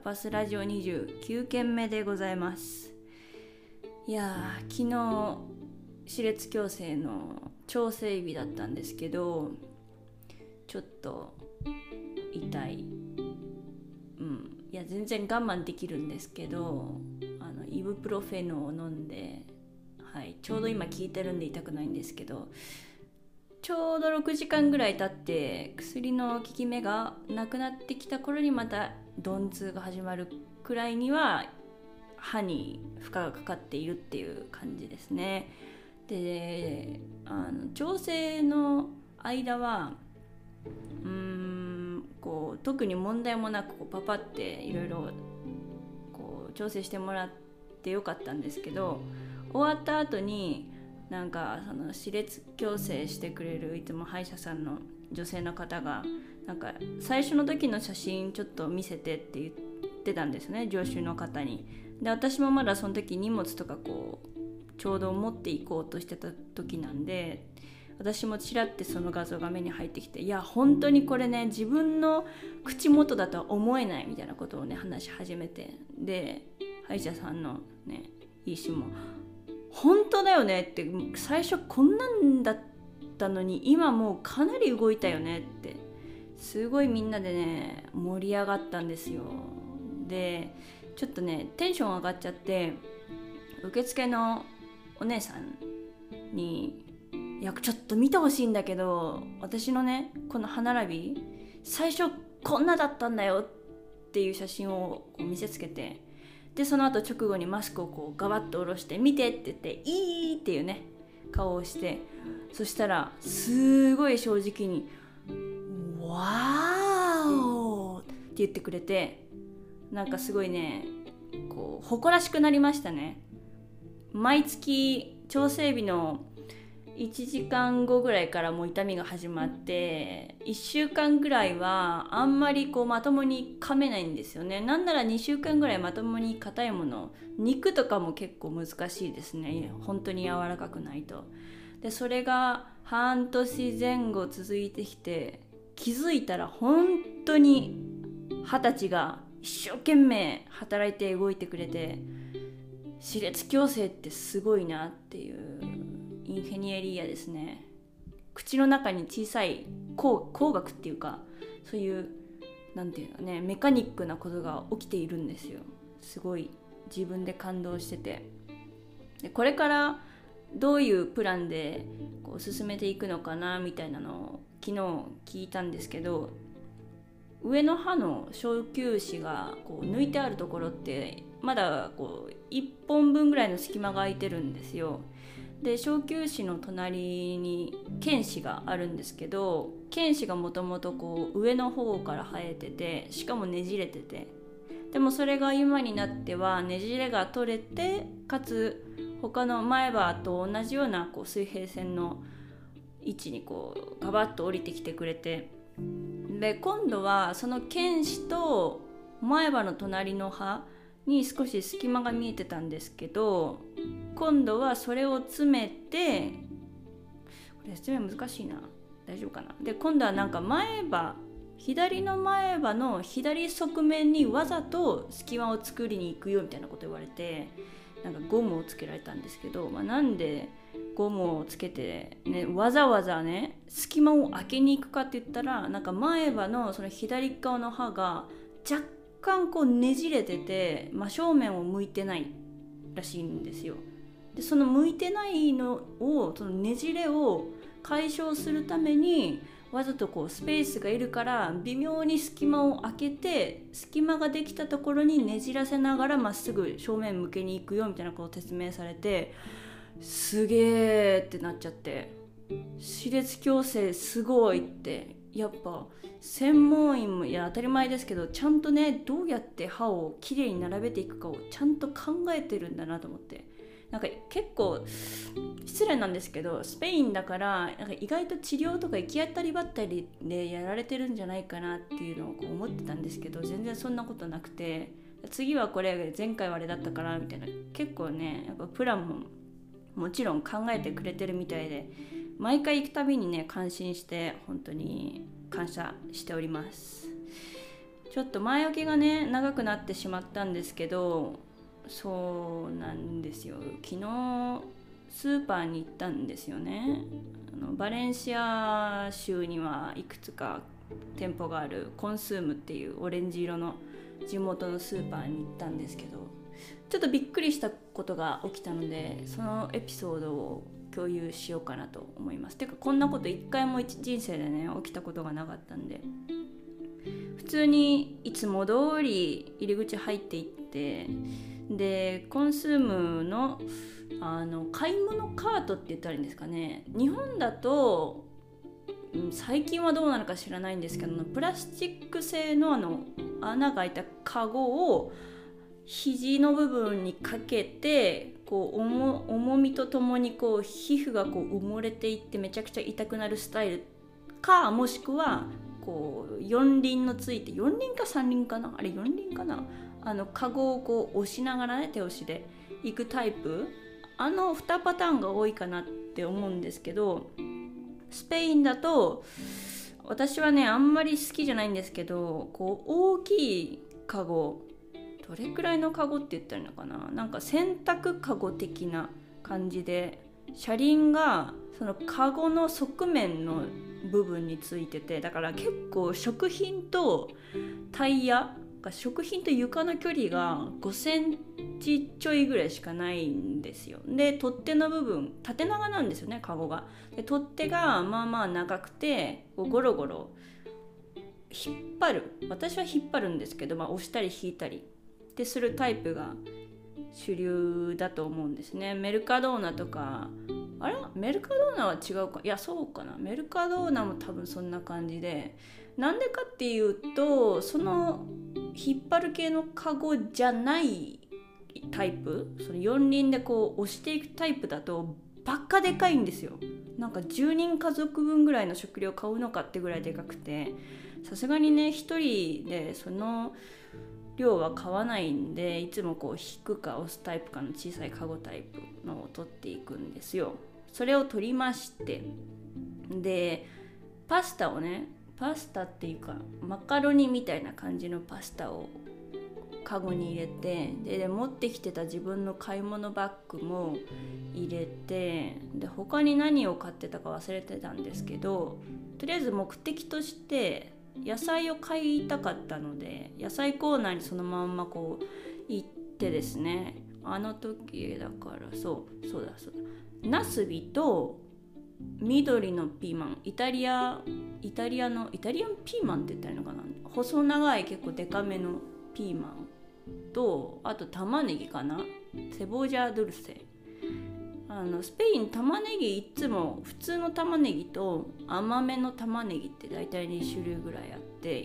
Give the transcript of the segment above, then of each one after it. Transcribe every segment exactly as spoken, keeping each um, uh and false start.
パスラジオにじゅうきゅうけんめでございます。いやー、昨日歯列矯正の調整日だったんですけど、ちょっと痛い。うん、いや全然我慢できるんですけど、あのイブプロフェノを飲んで、はい、ちょうど今効いてるんで痛くないんですけど、ちょうどろくじかんぐらい経って薬の効き目がなくなってきた頃にまた鈍痛が始まるくらいには歯に負荷がかかっているっていう感じですね。で、あの調整の間はうーんこう特に問題もなくこうパパっていろいろこう調整してもらってよかったんですけど、終わった後になんかその歯列矯正してくれるいつも歯医者さんの女性の方がなんか最初の時の写真ちょっと見せてって言ってたんですね、助手の方に。で、私もまだその時荷物とかこうちょうど持っていこうとしてた時なんで、私もちらってその画像が目に入ってきて、いや本当にこれね自分の口元だとは思えないみたいなことをね話し始めて、で歯医者さんのね医師も本当だよねって、最初こんなんだったのに今もうかなり動いたよねってすごいみんなでね盛り上がったんですよ。でちょっとねテンション上がっちゃって、受付のお姉さんにいやちょっと見てほしいんだけど、私のねこの歯並び最初こんなだったんだよっていう写真をこう見せつけて、でその後直後にマスクをこうガバッと下ろして見てって言っていいっていうね顔をして、そしたらすごい正直にわーおって言ってくれて、なんかすごいねこう誇らしくなりましたね。毎月調整日のいちじかんごぐらいからもう痛みが始まって、いっしゅうかんぐらいはあんまりこうまともに噛めないんですよね。なんならにしゅうかんぐらいまともに硬いもの、肉とかも結構難しいですね、本当に柔らかくないと。でそれが半年前後続いてきて、気づいたら本当に二十歳が一生懸命働いて動いてくれて、歯列矯正ってすごいなっていうインフェニエリアですね。口の中に小さい工学っていうか、そういうなんていうのね、メカニックなことが起きているんですよ。すごい自分で感動してて、でこれからどういうプランでこう進めていくのかなみたいなのを昨日聞いたんですけど、上の歯の小臼歯がこう抜いてあるところってまだこういっぽんぶんぐらいの隙間が空いてるんですよ。で小臼歯の隣に犬歯があるんですけど、犬歯がもともとこう上の方から生えてて、しかもねじれてて、でもそれが今になってはねじれが取れて、かつ他の前歯と同じようなこう水平線の位置にこうガバッと降りてきてくれて、で今度はその犬歯と前歯の隣の歯に少し隙間が見えてたんですけど、今度はそれを詰めて、これ説明難しいな、大丈夫かな。で今度はなんか前歯、左の前歯の左側面にわざと隙間を作りに行くよみたいなこと言われて、なんかゴムをつけられたんですけど、まあ、なんでゴムをつけて、ね、わざわざね隙間を開けに行くかって言ったら、なんか前歯のその左側の歯が若干こうねじれてて真正面を向いてないらしいんですよ。でその向いてないのを、そのねじれを解消するためにわざとこうスペースがいるから微妙に隙間を開けて、隙間ができたところにねじらせながらまっすぐ正面向けに行くよみたいなことを説明されて、すげーってなっちゃって、歯列矯正すごいって、やっぱ専門医もいや当たり前ですけど、ちゃんとねどうやって歯をきれいに並べていくかをちゃんと考えてるんだなと思って、なんか結構失礼なんですけど、スペインだからなんか意外と治療とか行き当たりばったりでやられてるんじゃないかなっていうのをこう思ってたんですけど、全然そんなことなくて、次はこれ前回はあれだったからみたいな、結構ねやっぱプランももちろん考えてくれてるみたいで、毎回行くたびにね感心して本当に感謝しております。 ちょっと前置きがね長くなってしまったんですけど、そうなんですよ。昨日スーパーに行ったんですよね。あのバレンシア州にはいくつか店舗があるコンスームっていうオレンジ色の地元のスーパーに行ったんですけど、ちょっとびっくりしたことが起きたので、そのエピソードを共有しようかなと思います。てかこんなこと一回も人生でね起きたことがなかったんで、普通にいつも通り入り口入っていって、でコンスームのあの買い物カートって言ったらいいんですかね。日本だと最近はどうなのか知らないんですけど、プラスチック製のあの穴が開いたカゴを肘の部分にかけて、こう 重, 重みとともにこう皮膚がこう埋もれていってめちゃくちゃ痛くなるスタイルか、もしくはこう四輪のついて、四輪か三輪かな、あれ四輪かな、あのカゴをこう押しながらね、手押しで行くタイプ、あのにパターンが多いかなって思うんですけど、スペインだと私はねあんまり好きじゃないんですけど、こう大きいカゴ、どれくらいのカゴって言ったらいいのかな、なんか洗濯カゴ的な感じで、車輪がそのカゴの側面の部分についてて、だから結構食品とタイヤが、食品と床の距離がごセンチちょいぐらいしかないんですよ。で取っ手の部分縦長なんですよね、カゴが。で取っ手がまあまあ長くて、こうゴロゴロ引っ張る、私は引っ張るんですけど、まあ、押したり引いたりってするタイプが主流だと思うんですね。メルカドーナとか、あれメルカドーナは違うか、いやそうかな、メルカドーナも多分そんな感じで、なんでかっていうと、その引っ張る系のカゴじゃないタイプ、その四輪でこう押していくタイプだとバカでかいんですよ。なんかじゅうにん家族分ぐらいの食料買うのかってぐらいでかくて、さすがにね一人でその量は買わないんで、いつもこう引くか押すタイプかの小さいカゴタイプのを取っていくんですよ。それを取りまして、でパスタをね、パスタっていうかマカロニみたいな感じのパスタをカゴに入れて、でで持ってきてた自分の買い物バッグも入れて、で他に何を買ってたか忘れてたんですけど、とりあえず目的として野菜を買いたかったので、野菜コーナーにそのまんまこう行ってですね、あの時だからそうそうだそうだナスビと緑のピーマン、イタリアイタリアのイタリアンピーマンって言ったらいいのかな、細長い結構デカめのピーマンと、あと玉ねぎかな、セボジャドルセ。あのスペイン玉ねぎいつも普通の玉ねぎと甘めの玉ねぎって大体に種類ぐらいあって、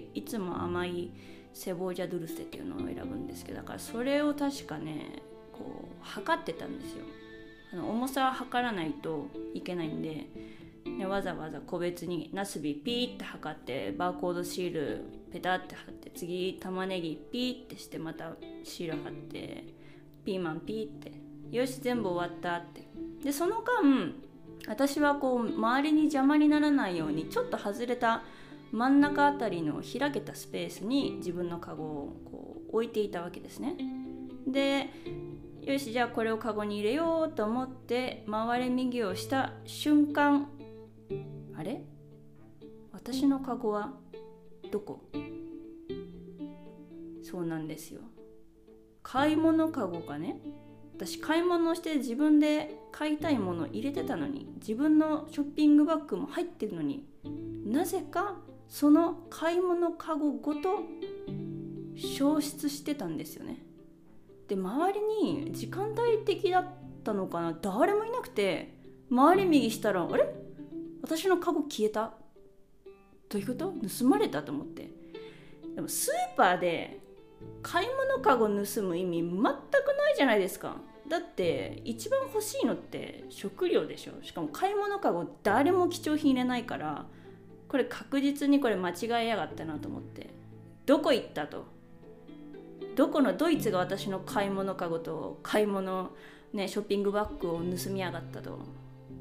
いつも甘いセボジャドルセっていうのを選ぶんですけど、だからそれを確かねこう測ってたんですよ。あの重さは測らないといけないんで、ね、わざわざ個別にナスビピーって測ってバーコードシールペタって貼って、次玉ねぎピーってしてまたシール貼って、ピーマンピーって、よし全部終わったって。でその間私はこう周りに邪魔にならないようにちょっと外れた真ん中あたりの開けたスペースに自分のカゴをこう置いていたわけですね。でよしじゃあこれをカゴに入れようと思って回れ右をした瞬間、あれ私のカゴはどこ？そうなんですよ、買い物カゴがね、私買い物して自分で買いたいものを入れてたのに、自分のショッピングバッグも入ってるのに、なぜかその買い物カゴごと消失してたんですよね。で周りに時間帯的だったのかな、誰もいなくて、周り右したらあれ私のカゴ消えた、どういうこと？盗まれたと思って。でもスーパーで買い物カゴ盗む意味全くないじゃないですか。だって一番欲しいのって食料でしょ。しかも買い物カゴ誰も貴重品入れないから、これ確実にこれ間違えやがったなと思って、どこ行ったと、どこのドイツが私の買い物カゴと買い物ねショッピングバッグを盗みやがったと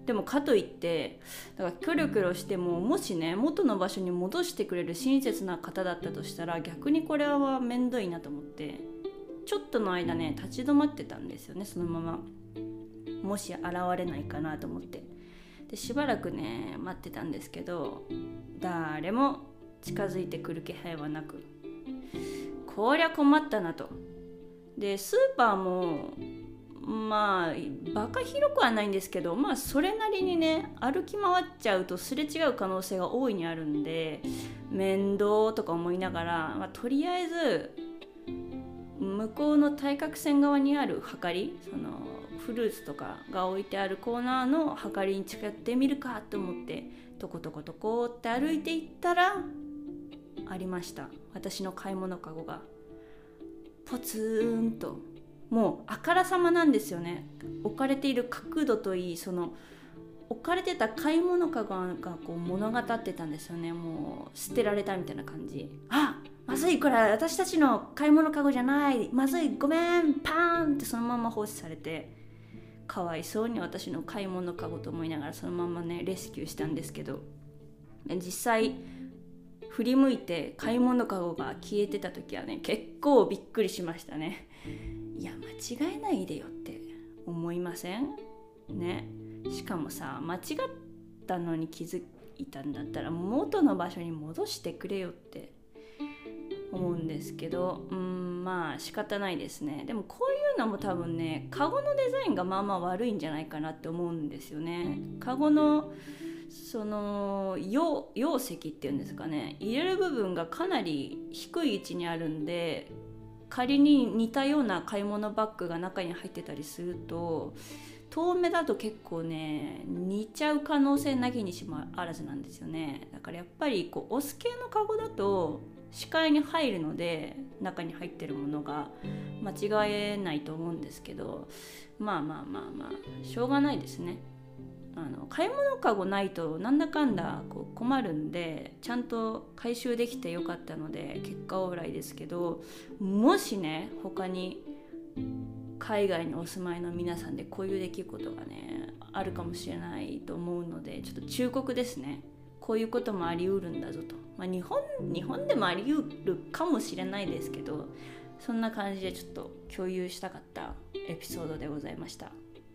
でもかといってだからキョロキョロしても、もしね元の場所に戻してくれる親切な方だったとしたら、逆にこれはめんどいなと思って、ちょっとの間ね立ち止まってたんですよね。そのままもし現れないかなと思って、でしばらくね待ってたんですけど、誰も近づいてくる気配はなく、こりゃ困ったなと。でスーパーもまあバカ広くはないんですけど、まあそれなりにね歩き回っちゃうとすれ違う可能性が大いにあるんで、面倒とか思いながら、まあ、とりあえず向こうの対角線側にあるはかり、そのフルーツとかが置いてあるコーナーのはかりに近寄ってみるかと思ってトコトコトコって歩いていったら、ありました、私の買い物かごがポツンと。もうあからさまなんですよね。置かれている角度といい、その置かれてた買い物かごがこう物語ってたんですよね。もう捨てられたみたいな感じ。あ、まずい、これ私たちの買い物かごじゃない、まずい、ごめん、パーンってそのまま放置されて、かわいそうに私の買い物かごと思いながらそのままねレスキューしたんですけど、実際振り向いて買い物かごが消えてた時はね結構びっくりしましたね。いや間違えないでよって思いませんね。しかもさ、間違ったのに気づいたんだったら元の場所に戻してくれよって思うんですけど、うーんまあ仕方ないですね。でもこういうのも多分ねカゴのデザインがまあまあ悪いんじゃないかなって思うんですよね。カゴのその容容積っていうんですかね、入れる部分がかなり低い位置にあるんで、仮に似たような買い物バッグが中に入ってたりすると、遠目だと結構ね似ちゃう可能性なきにしもあらずなんですよね。だからやっぱりこうオス系のカゴだと視界に入るので、中に入ってるものが間違えないと思うんですけど、まあまあまあまあしょうがないですね。あの買い物かごないとなんだかんだこう困るんで、ちゃんと回収できてよかったので結果オーライですけど、もしね他に海外にお住まいの皆さんでこういう出来事がねあるかもしれないと思うので、ちょっと忠告ですね。こういうこともありうるんだぞと、まあ、日本日本でもありうるかもしれないですけど、そんな感じでちょっと共有したかったエピソードでございました。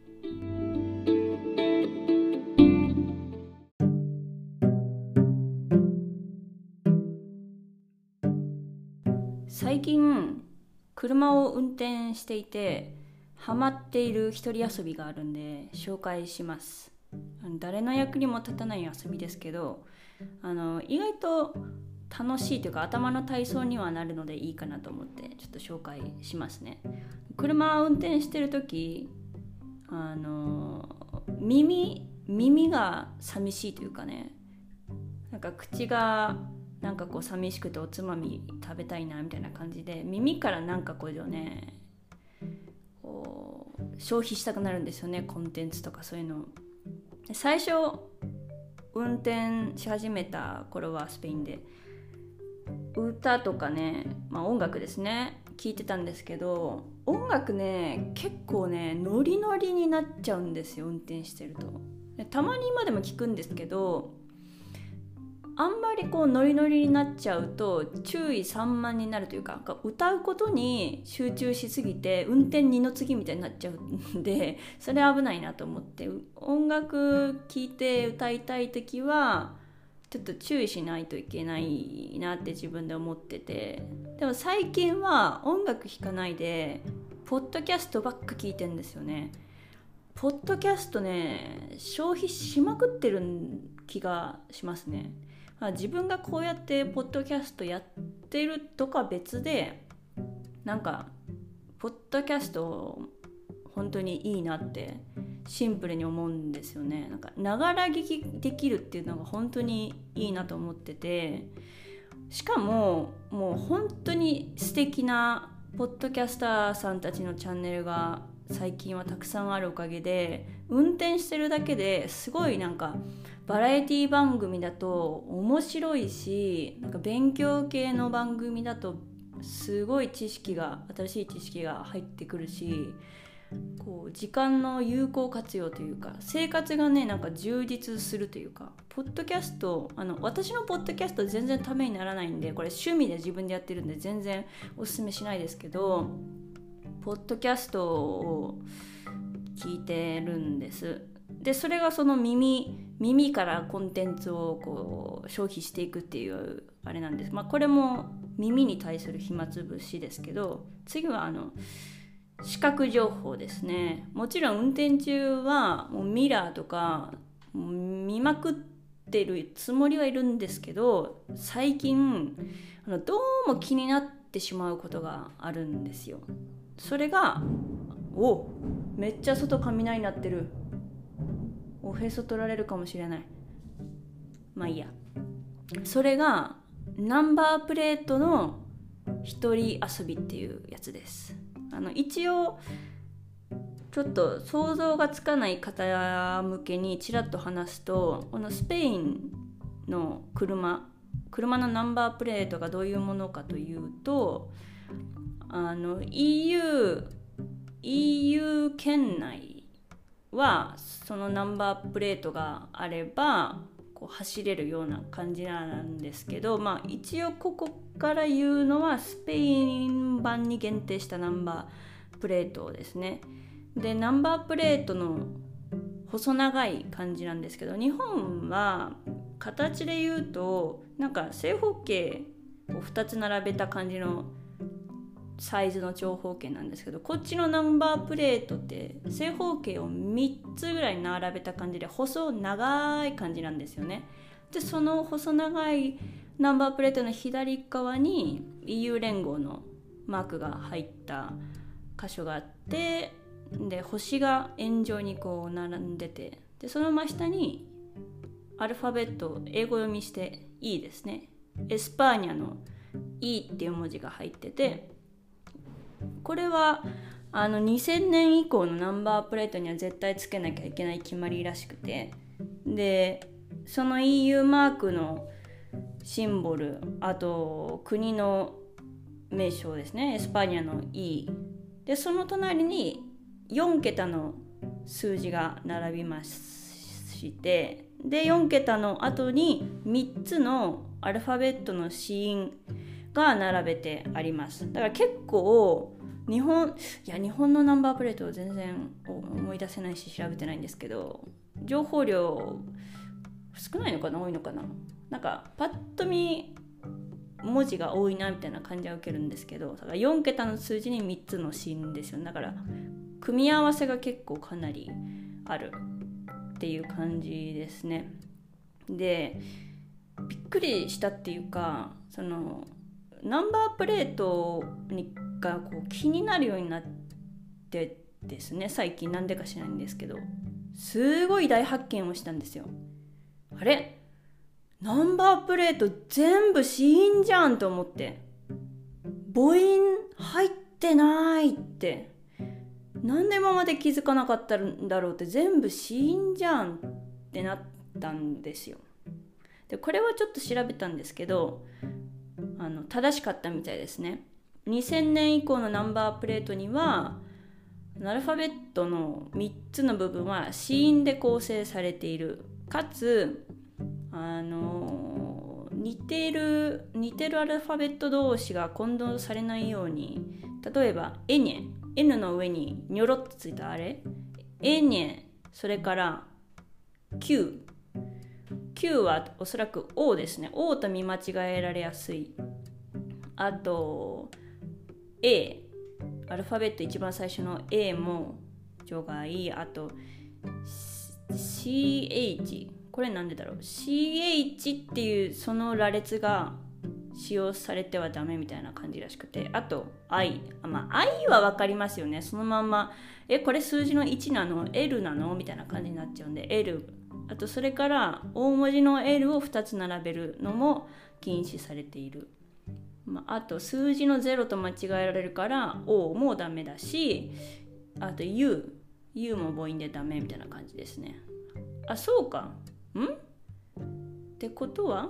最近車を運転していてハマっている一人遊びがあるんで紹介します。誰の役にも立たない遊びですけど、あの意外と楽しいというか頭の体操にはなるのでいいかなと思ってちょっと紹介しますね。車を運転してる時、あの耳耳が寂しいというかね、なんか口がなんかこう寂しくておつまみ食べたいなみたいな感じで、耳からなんかこうねこう消費したくなるんですよね、コンテンツとかそういうの。最初運転し始めた頃はスペインで歌とかね、まあ、音楽ですね聞いてたんですけど、音楽ね結構ねノリノリになっちゃうんですよ運転してると。たまに今でも聞くんですけど、あんまりこうノリノリになっちゃうと注意散漫になるというか、歌うことに集中しすぎて運転二の次みたいになっちゃうんで、それ危ないなと思って、音楽聴いて歌いたい時はちょっと注意しないといけないなって自分で思ってて、でも最近は音楽聴かないでポッドキャストばっか聞いてるんですよね。ポッドキャストね消費しまくってる気がしますね。自分がこうやってポッドキャストやってるとか別で、なんかポッドキャスト本当にいいなってシンプルに思うんですよね。なんかながら聞きできるっていうのが本当にいいなと思ってて、しかももう本当に素敵なポッドキャスターさんたちのチャンネルが最近はたくさんあるおかげで、運転してるだけですごいなんかバラエティ番組だと面白いし、なんか勉強系の番組だとすごい知識が新しい知識が入ってくるし、 こう時間の有効活用というか、生活がねなんか充実するというか、ポッドキャスト、あの私のポッドキャスト全然ためにならないんで、これ趣味で自分でやってるんで全然おすすめしないですけど、ポッドキャストを聞いてるんです。でそれがその耳耳からコンテンツをこう消費していくっていうあれなんです。まあこれも耳に対する暇つぶしですけど、次はあの視覚情報ですね。もちろん運転中はもうミラーとか見まくってるつもりはいるんですけど、最近あのどうも気になってしまうことがあるんですよ。それが、おめっちゃ外雷鳴ってる、おへそ取られるかもしれない、まあいいや。それがナンバープレートの一人遊びっていうやつです。あの一応ちょっと想像がつかない方向けにちらっと話すと、このスペインの車車のナンバープレートがどういうものかというと、あの イーユー イーユー 圏内はそのナンバープレートがあればこう走れるような感じなんですけど、まあ一応ここから言うのはスペイン版に限定したナンバープレートですね。でナンバープレートの細長い感じなんですけど、日本は形で言うとなんか正方形をふたつ並べた感じのサイズの長方形なんですけど、こっちのナンバープレートって正方形をみっつぐらい並べた感じで細長い感じなんですよね。でその細長いナンバープレートの左側に イーユー 連合のマークが入った箇所があって、で星が円状にこう並んでて、でその真下にアルファベットを英語読みして E ですね、エスパーニャの E っていう文字が入ってて、これはあのにせんねん以降のナンバープレートには絶対つけなきゃいけない決まりらしくて、でその イーユー マークのシンボル、あと国の名称ですね、エスパーニャの E で、その隣によん桁の数字が並びまして、でよん桁の後にみっつのアルファベットの子音が並べてあります。だから結構日本いや日本のナンバープレートを全然思い出せないし調べてないんですけど、情報量少ないのかな多いのかな、なんかパッと見文字が多いなみたいな感じは受けるんですけど、だからよん桁の数字にみっつの子音ですよ。だから組み合わせが結構かなりあるっていう感じですね。でびっくりしたっていうか、そのナンバープレートにがこう気になるようになってですね、最近なんでか知らないんですけど、すごい大発見をしたんですよ。あれナンバープレート全部子音じゃんと思って、母音入ってないって、なんで今まで気づかなかったんだろうって、全部子音じゃんってなったんですよ。でこれはちょっと調べたんですけど、あの正しかったみたいですね。にせんねん以降のナンバープレートにはアルファベットのみっつの部分は子音で構成されている、かつあの似てる似てるアルファベット同士が混同されないように、例えばエニェ N の上にニョロってついたあれエニェ、それから Q Q はおそらく O ですね。 O と見間違えられやすい。あと A、 アルファベット一番最初の A も除外。あと シーエイチ、 これなんでだろう、 シーエイチ っていうその羅列が使用されてはダメみたいな感じらしくて、あと I、 まあ I は分かりますよね。そのまんまえこれ数字のいちなの L なのみたいな感じになっちゃうんで L、あとそれから大文字の L をふたつ並べるのも禁止されている。まあ、あと数字のゼロと間違えられるから O もダメだし、あと U、U も母音でダメみたいな感じですね。あ、そうか。んってことは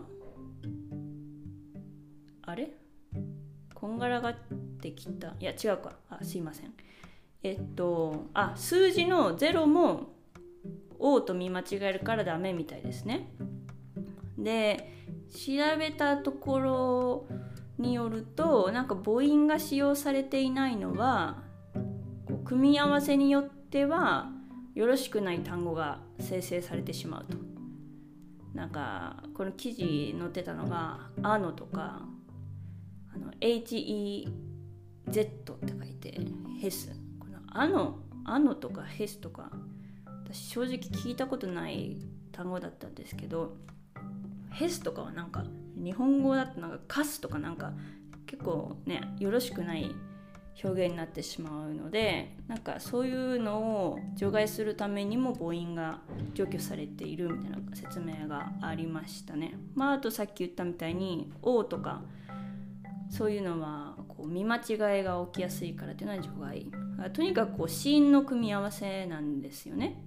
あれこんがらがってきた。いや違うか。あ、すいません。 えっとあ数字のゼロも O と見間違えるからダメみたいですね。で調べたところによると、なんか母音が使用されていないのは組み合わせによってはよろしくない単語が生成されてしまうと。なんかこの記事に載ってたのがあのとかあの エイチイーゼット って書いてヘス、このあのあのとかヘスとか私正直聞いたことない単語だったんですけど、ヘスとかはなんか日本語だとなんかカスとかなんか結構ねよろしくない表現になってしまうので、なんかそういうのを除外するためにも母音が除去されているみたいな説明がありましたね。まああとさっき言ったみたいに O とかそういうのはこう見間違いが起きやすいからっていうのは除外。とにかくこう子音の組み合わせなんですよね。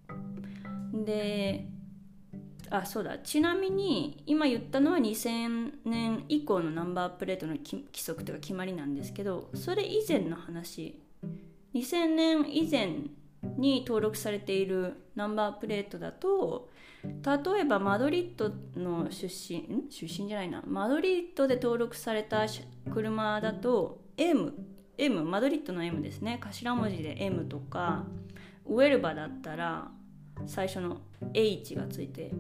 であそうだちなみに今言ったのはにせんねん以降のナンバープレートの規則というか決まりなんですけど、それ以前の話、にせんねん以前に登録されているナンバープレートだと、例えばマドリッドの出身ん出身じゃないなマドリッドで登録された車だと M, M マドリッドの M ですね、頭文字で M とか、ウェルバだったら最初の H がついて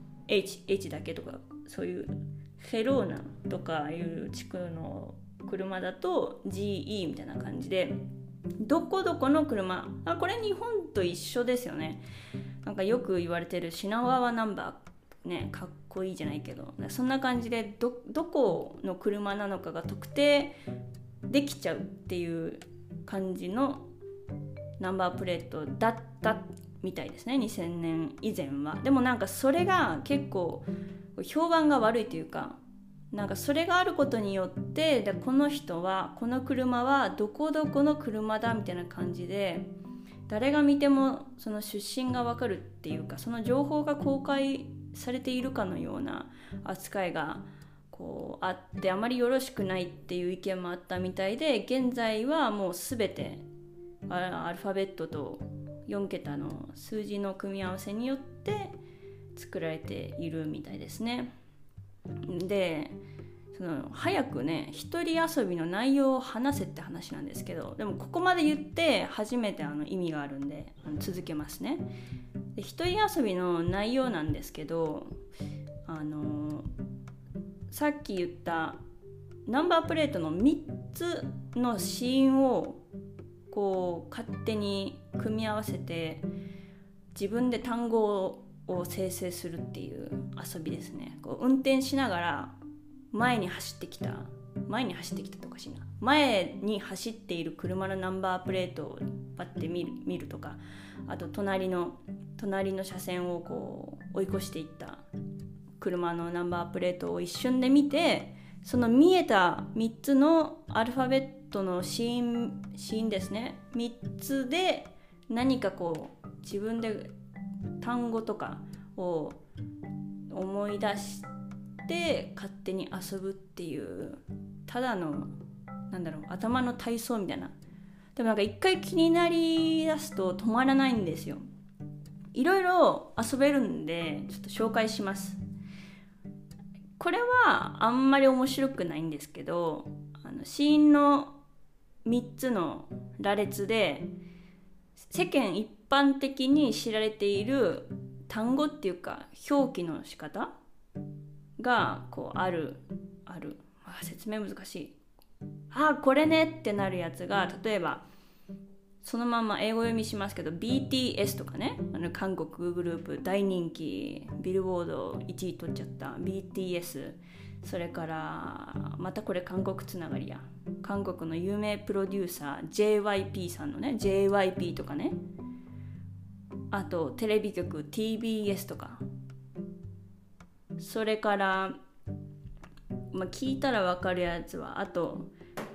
H, H だけとか、そういうフェローナとかいう地区の車だと ジーイー みたいな感じで、どこどこの車、あこれ日本と一緒ですよね。なんかよく言われてる品川ナンバーね、かっこいいじゃないけど、そんな感じで ど, どこの車なのかが特定できちゃうっていう感じのナンバープレートだったみたいですね、にせんねん以前は。でもなんかそれが結構評判が悪いというか、なんかそれがあることによってでこの人はこの車はどこどこの車だみたいな感じで誰が見てもその出身が分かるっていうか、その情報が公開されているかのような扱いがこうあって、あまりよろしくないっていう意見もあったみたいで、現在はもう全てアルファベットとよんけたの数字の組み合わせによって作られているみたいですね。でその早くね一人遊びの内容を話せって話なんですけど、でもここまで言って初めてあの意味があるんであの続けますね。で一人遊びの内容なんですけど、あのさっき言ったナンバープレートのみっつの子音をこう勝手に組み合わせて自分で単語を生成するっていう遊びですね。こう運転しながら前に走ってきた前に走ってきたとかしな前に走っている車のナンバープレートをパッて見る、見るとか、あと隣の隣の車線をこう追い越していった車のナンバープレートを一瞬で見て、その見えたみっつのアルファベットの子音、子音ですね、みっつで何かこう自分で単語とかを思い出して勝手に遊ぶっていう、ただのなんだろう頭の体操みたいな。でもなんか一回気になりだすと止まらないんですよ。いろいろ遊べるんでちょっと紹介します。これはあんまり面白くないんですけど、あの子音のみっつの羅列で世間一般的に知られている単語っていうか表記の仕方がこうあるある、あ、説明難しい。あ、これねってなるやつが、例えばそのまま英語読みしますけど ビーティーエス とかね、あの韓国グループ大人気ビルボードいちい取っちゃった ビーティーエス、 それからまたこれ韓国つながりや、韓国の有名プロデューサー ジェイワイピー さんのね ジェイワイピー とかね、あとテレビ局 ティービーエス とか、それから、まあ、聞いたら分かるやつはあと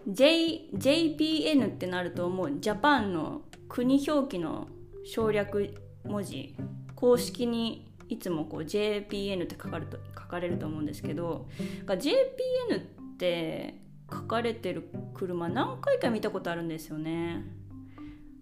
J、ジェイピーエヌ ってなるともうジャパンの国表記の省略文字、公式にいつもこう ジェイピーエヌ って書かれると書かれると思うんですけど、 ジェイピーエヌ って書かれてる車何回か見たことあるんですよね。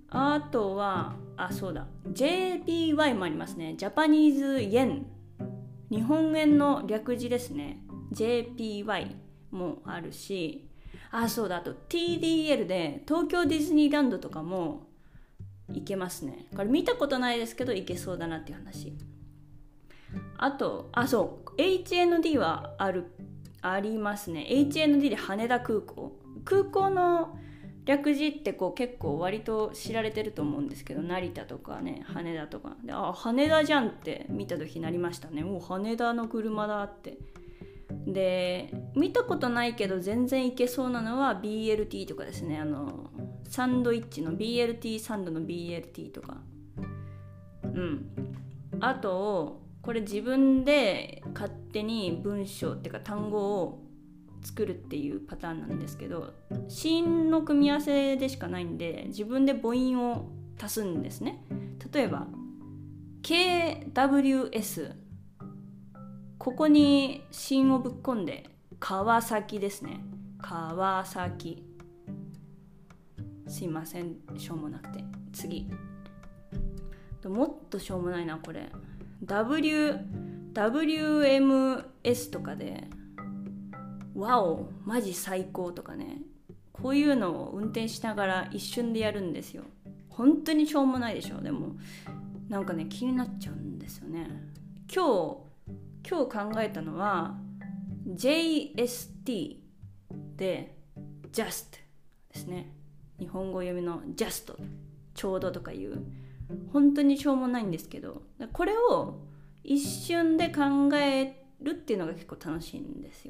あとはあそうだ ジェーピーワイ もありますね。ジャパニーズイエン、日本円の略字ですね。 ジェーピーワイ もあるし、あそうだあと ティーディーエル で東京ディズニーランドとかも行けますね。これ見たことないですけど行けそうだなっていう話。あとあそう エイチエヌディー はあるありますね。 エイチエヌディー で羽田空港、空港の略字ってこう結構割と知られてると思うんですけど、成田とかね羽田とかで、あ羽田じゃんって見た時なりましたね。もう羽田の車だって。で見たことないけど全然いけそうなのは ビーエルティー とかですね。あのサンドイッチの ビーエルティー サンドの ビーエルティー とか、うんあとこれ自分で勝手に文章っていうか単語を作るっていうパターンなんですけど、子音の組み合わせでしかないんで自分で母音を足すんですね。例えば ケーダブリューエス、 ここに子音をぶっ込んで川崎ですね。川崎、すいませんしょうもなくて。次もっとしょうもないなこれ。 W、ダブリューエムエス とかでワオマジ最高とかね、こういうのを運転しながら一瞬でやるんですよ。本当にしょうもないでしょ。でもなんかね気になっちゃうんですよね。今日今日考えたのは ジェイエスティー で just ですね。日本語読みの just ちょうどとかいう本当にしょうもないんですけど、これを一瞬で考えるっていうのが結構楽しいんですよ。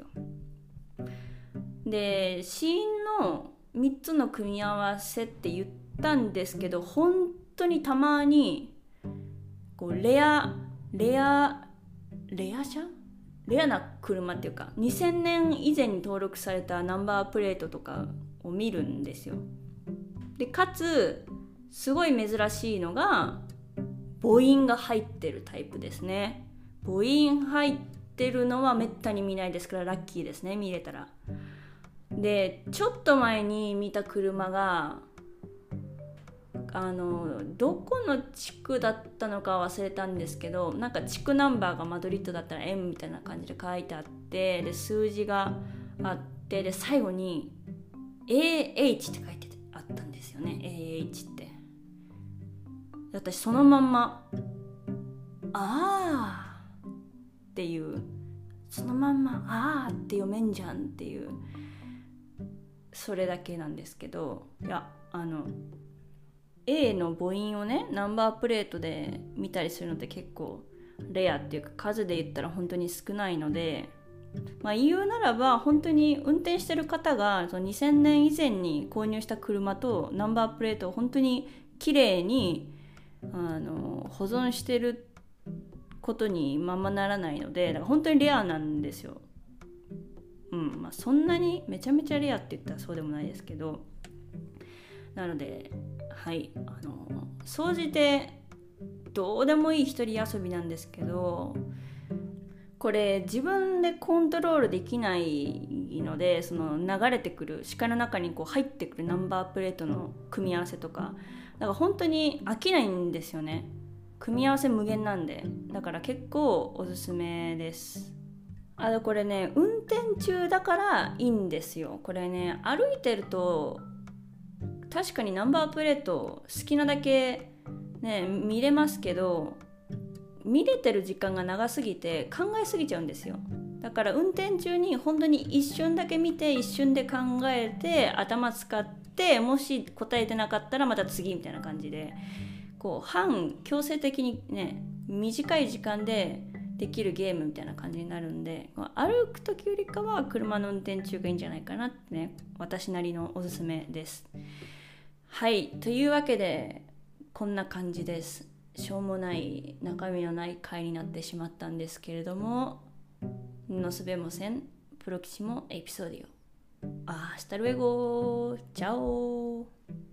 で子音のみっつの組み合わせって言ったんですけど、本当にたまにこうレアレアレア車レアな車っていうかにせんねん以前に登録されたナンバープレートとかを見るんですよ。でかつすごい珍しいのが母音が入ってるタイプですね。母音入ってるのはめったに見ないですからラッキーですね、見れたら。でちょっと前に見た車があのどこの地区だったのか忘れたんですけど、なんか地区ナンバーがマドリッドだったら エム みたいな感じで書いてあって、で数字があって、で最後に エーエイチ って書いてあったんですよね。 エーエイチ って。私そのまんまあーっていう、そのまんまあーって読めんじゃんっていう、それだけなんですけど、いやあの A の母音をねナンバープレートで見たりするのって結構レアっていうか数で言ったら本当に少ないので、まあ言うならば本当に運転してる方がそのにせんねん以前に購入した車とナンバープレートを本当に綺麗にあの保存してることにままならないので、だから本当にレアなんですよ。うんまあそんなにめちゃめちゃレアって言ったらそうでもないですけど、なのではいあの総じてどうでもいい一人遊びなんですけど、これ自分でコントロールできないので、その流れてくる視界の中にこう入ってくるナンバープレートの組み合わせとか、だから本当に飽きないんですよね。組み合わせ無限なんで、だから結構おすすめです。あのこれね運転中だからいいんですよ。これね歩いてると確かにナンバープレート好きなだけね見れますけど、見れてる時間が長すぎて考えすぎちゃうんですよ。だから運転中に本当に一瞬だけ見て一瞬で考えて頭使って、もし答えてなかったらまた次みたいな感じで、こう半強制的にね短い時間でできるゲームみたいな感じになるんで、歩く時よりかは車の運転中がいいんじゃないかなってね、私なりのおすすめです。はいというわけでこんな感じです。しょうもない中身のない回になってしまったんですけれども、nos vemos en próximo episodio. Hasta luego. Chao.